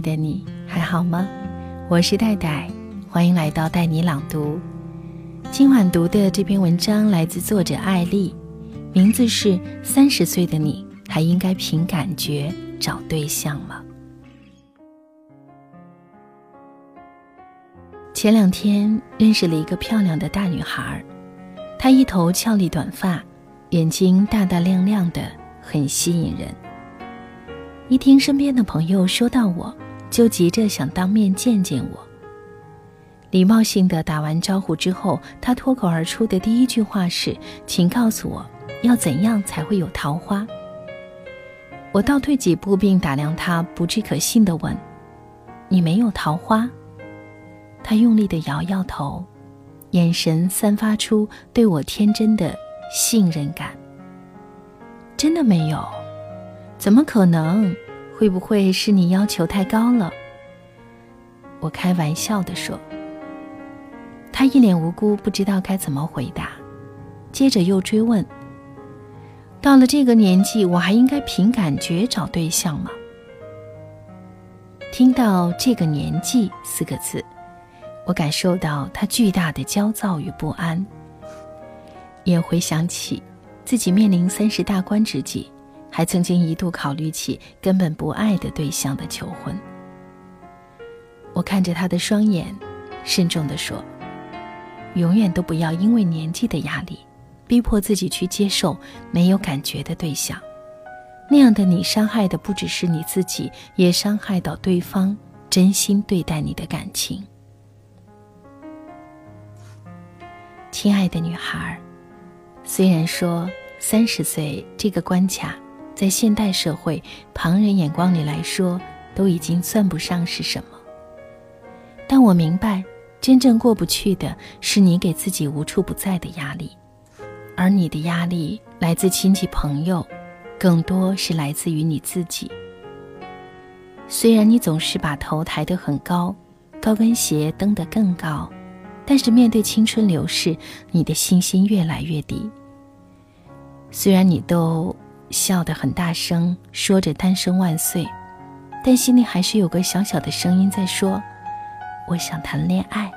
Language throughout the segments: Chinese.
的你还好吗？我是戴戴，欢迎来到带你朗读。今晚读的这篇文章来自作者艾丽，名字是30岁的你还应该凭感觉找对象吗？前2天认识了一个漂亮的大女孩，她一头俏丽短发，眼睛大大亮亮的，很吸引人。一听身边的朋友说到我，就急着想当面见见我。礼貌性的打完招呼之后，她脱口而出的第一句话是：请告诉我，要怎样才会有桃花？我倒退几步，并打量她，不置可信地问：你没有桃花？她用力地摇摇头，眼神散发出对我天真的信任感。真的没有？怎么可能？会不会是你要求太高了？我开玩笑地说。他一脸无辜，不知道该怎么回答，接着又追问：到了这个年纪，我还应该凭感觉找对象吗？听到这个年纪4个字，我感受到他巨大的焦躁与不安，也回想起自己面临30大关之际，还曾经一度考虑起根本不爱的对象的求婚。我看着他的双眼，慎重地说：永远都不要因为年纪的压力，逼迫自己去接受没有感觉的对象，那样的你伤害的不只是你自己，也伤害到对方真心对待你的感情。亲爱的女孩，虽然说30岁这个关卡在现代社会旁人眼光里来说都已经算不上是什么，但我明白真正过不去的是你给自己无处不在的压力，而你的压力来自亲戚朋友，更多是来自于你自己。虽然你总是把头抬得很高，高跟鞋蹬得更高，但是面对青春流逝，你的信心越来越低。虽然你都笑得很大声，说着单身万岁，但心里还是有个小小的声音在说：我想谈恋爱。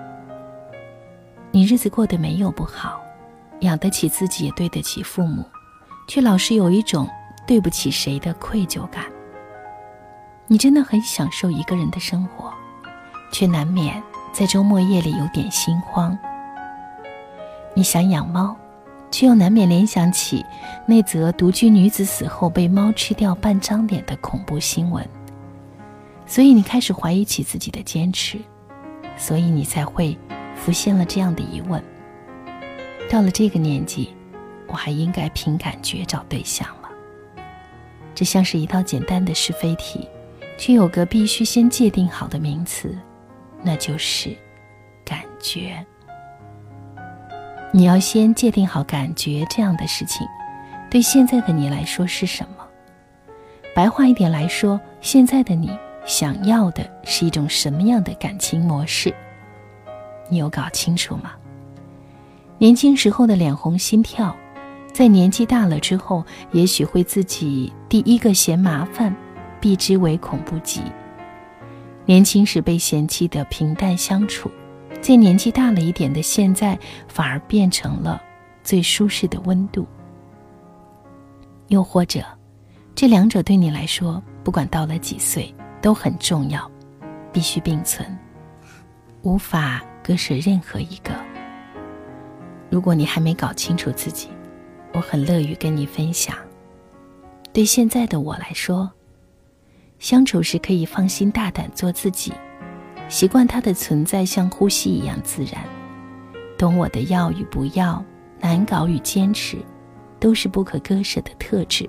你日子过得没有不好，养得起自己，也对得起父母，却老是有一种对不起谁的愧疚感。你真的很享受一个人的生活，却难免在周末夜里有点心慌。你想养猫，却又难免联想起那则独居女子死后被猫吃掉半张脸的恐怖新闻，所以你开始怀疑起自己的坚持，所以你才会浮现了这样的疑问：到了这个年纪，我还应该凭感觉找对象吗？这像是一道简单的是非题，却有个必须先界定好的名词，那就是感觉。你要先界定好感觉这样的事情对现在的你来说是什么。白话一点来说，现在的你想要的是一种什么样的感情模式？你有搞清楚吗？年轻时候的脸红心跳，在年纪大了之后，也许会自己第一个嫌麻烦，避之唯恐不及。年轻时被嫌弃的平淡相处，在年纪大了一点的现在，反而变成了最舒适的温度。又或者，这两者对你来说，不管到了几岁，都很重要，必须并存，无法割舍任何一个。如果你还没搞清楚自己，我很乐于跟你分享。对现在的我来说，相处时可以放心大胆做自己，习惯它的存在像呼吸一样自然，懂我的要与不要，难搞与坚持，都是不可割舍的特质。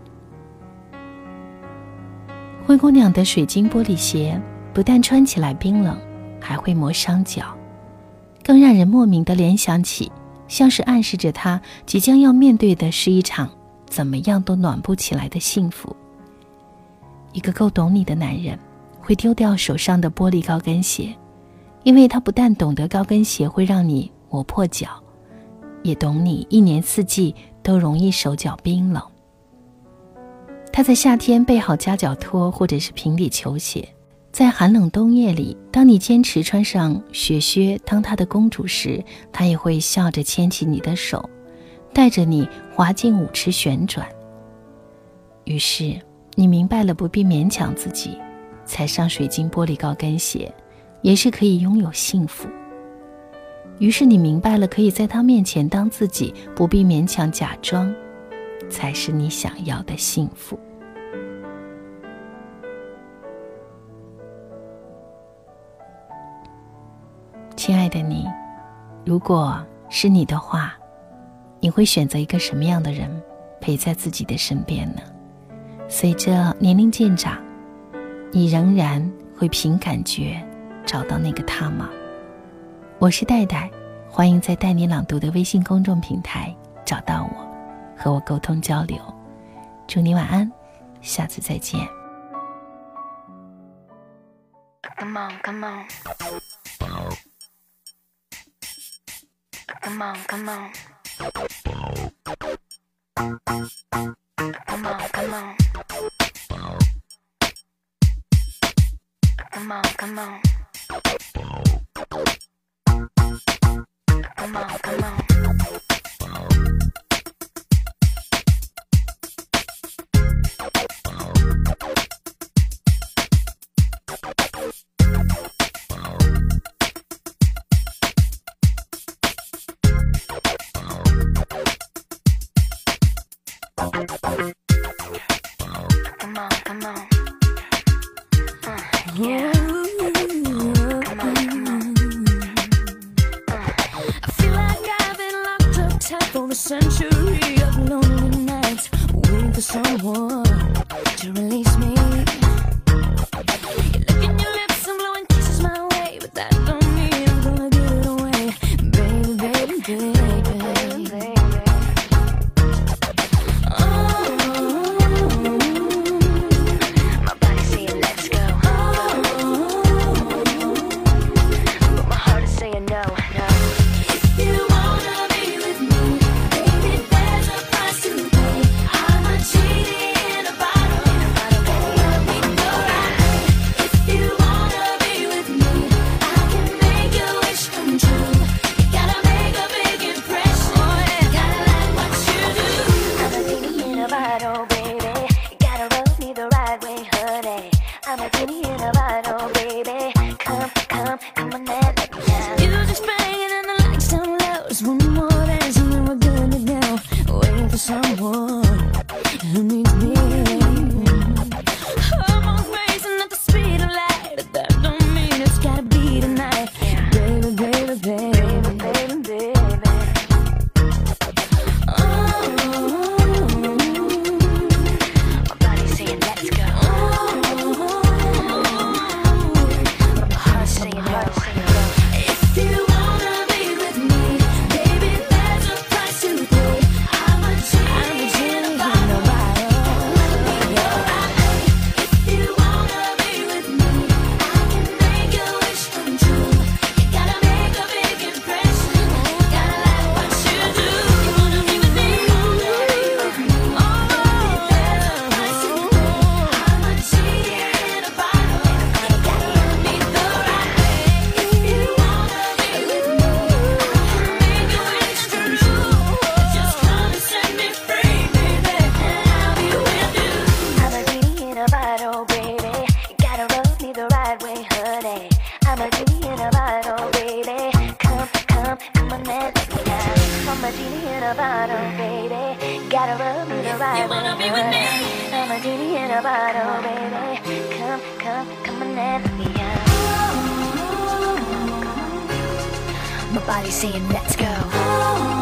灰姑娘的水晶玻璃鞋不但穿起来冰冷，还会磨伤脚，更让人莫名地联想起，像是暗示着她即将要面对的是一场怎么样都暖不起来的幸福。一个够懂你的男人会丢掉手上的玻璃高跟鞋，因为他不但懂得高跟鞋会让你磨破脚，也懂你一年四季都容易手脚冰冷。他在夏天备好夹脚拖或者是平底球鞋， 在寒冷冬夜里，当你坚持穿上雪靴当她的公主时，她也会笑着牵起你的手，带着你滑进舞池旋转。于是你明白了，不必勉强自己，踩上水晶玻璃高跟鞋也是可以拥有幸福。于是你明白了，可以在她面前当自己，不必勉强假装，才是你想要的幸福。亲爱的你，如果是你的话，你会选择一个什么样的人陪在自己的身边呢？随着年龄渐长，你仍然会凭感觉找到那个他吗？我是戴戴，欢迎在带你朗读的微信公众平台找到我，和我沟通交流。祝你晚安，下次再见。 Come on, come on. Come on, come on. Come on, come on. Come on, come on. Come on, come on. Come on, come on. Yeah. Come on, come on. I feel like I've been locked up tight for a century of lonely nights, waiting for someone to release me. You're licking your lips and blowing kisses my way, but that don't mean I'm gonna give it away, baby, baby, baby. My body saying let's go, but my heart is saying no, no. If you wanna be with me, baby, there's a price to pay. I'm a genie in a bottle, love me the right. If you wanna be with me, I can make your wish come true. You gotta make a big impression, gotta like what you do. I'm a genie in a bottle, baby. You gotta rub me the right way, honey. I'm a genie in a bottle, baby. Come, come, come on and let me down. Music's playing and the lights down low. Just one more dance and then we're good to go. Waiting for someone who needs me. Hormones racing at the speed of light, but that don't mean it's gotta be tonight. Baby, baby, baby, Baby, baby. My body's saying let's go, but my heart's saying no. If you wanna be with me, baby, there's a price to pay. I'm a genie in a bottle. If you wanna be with me, I can make your wish come true. You gotta make a big impression, gotta like what you do. You wanna be with me? I'm a genie in a bottle. You gotta love me the right way. If you wanna be with me, I can make your wish come true. Just come and set me free, baby, and I'll be with you. I'm a genie in a bottle, baby. You gotta rub me the right way, honey. I'm a genie in a bottle, baby. Come, come, come on and let me down. I'm a genie in a bottle, baby. Gotta rub me the right way, wanna be with me? honey. I'm a genie in a bottle, baby. Come, come, come on and let me down. My body's saying let's go.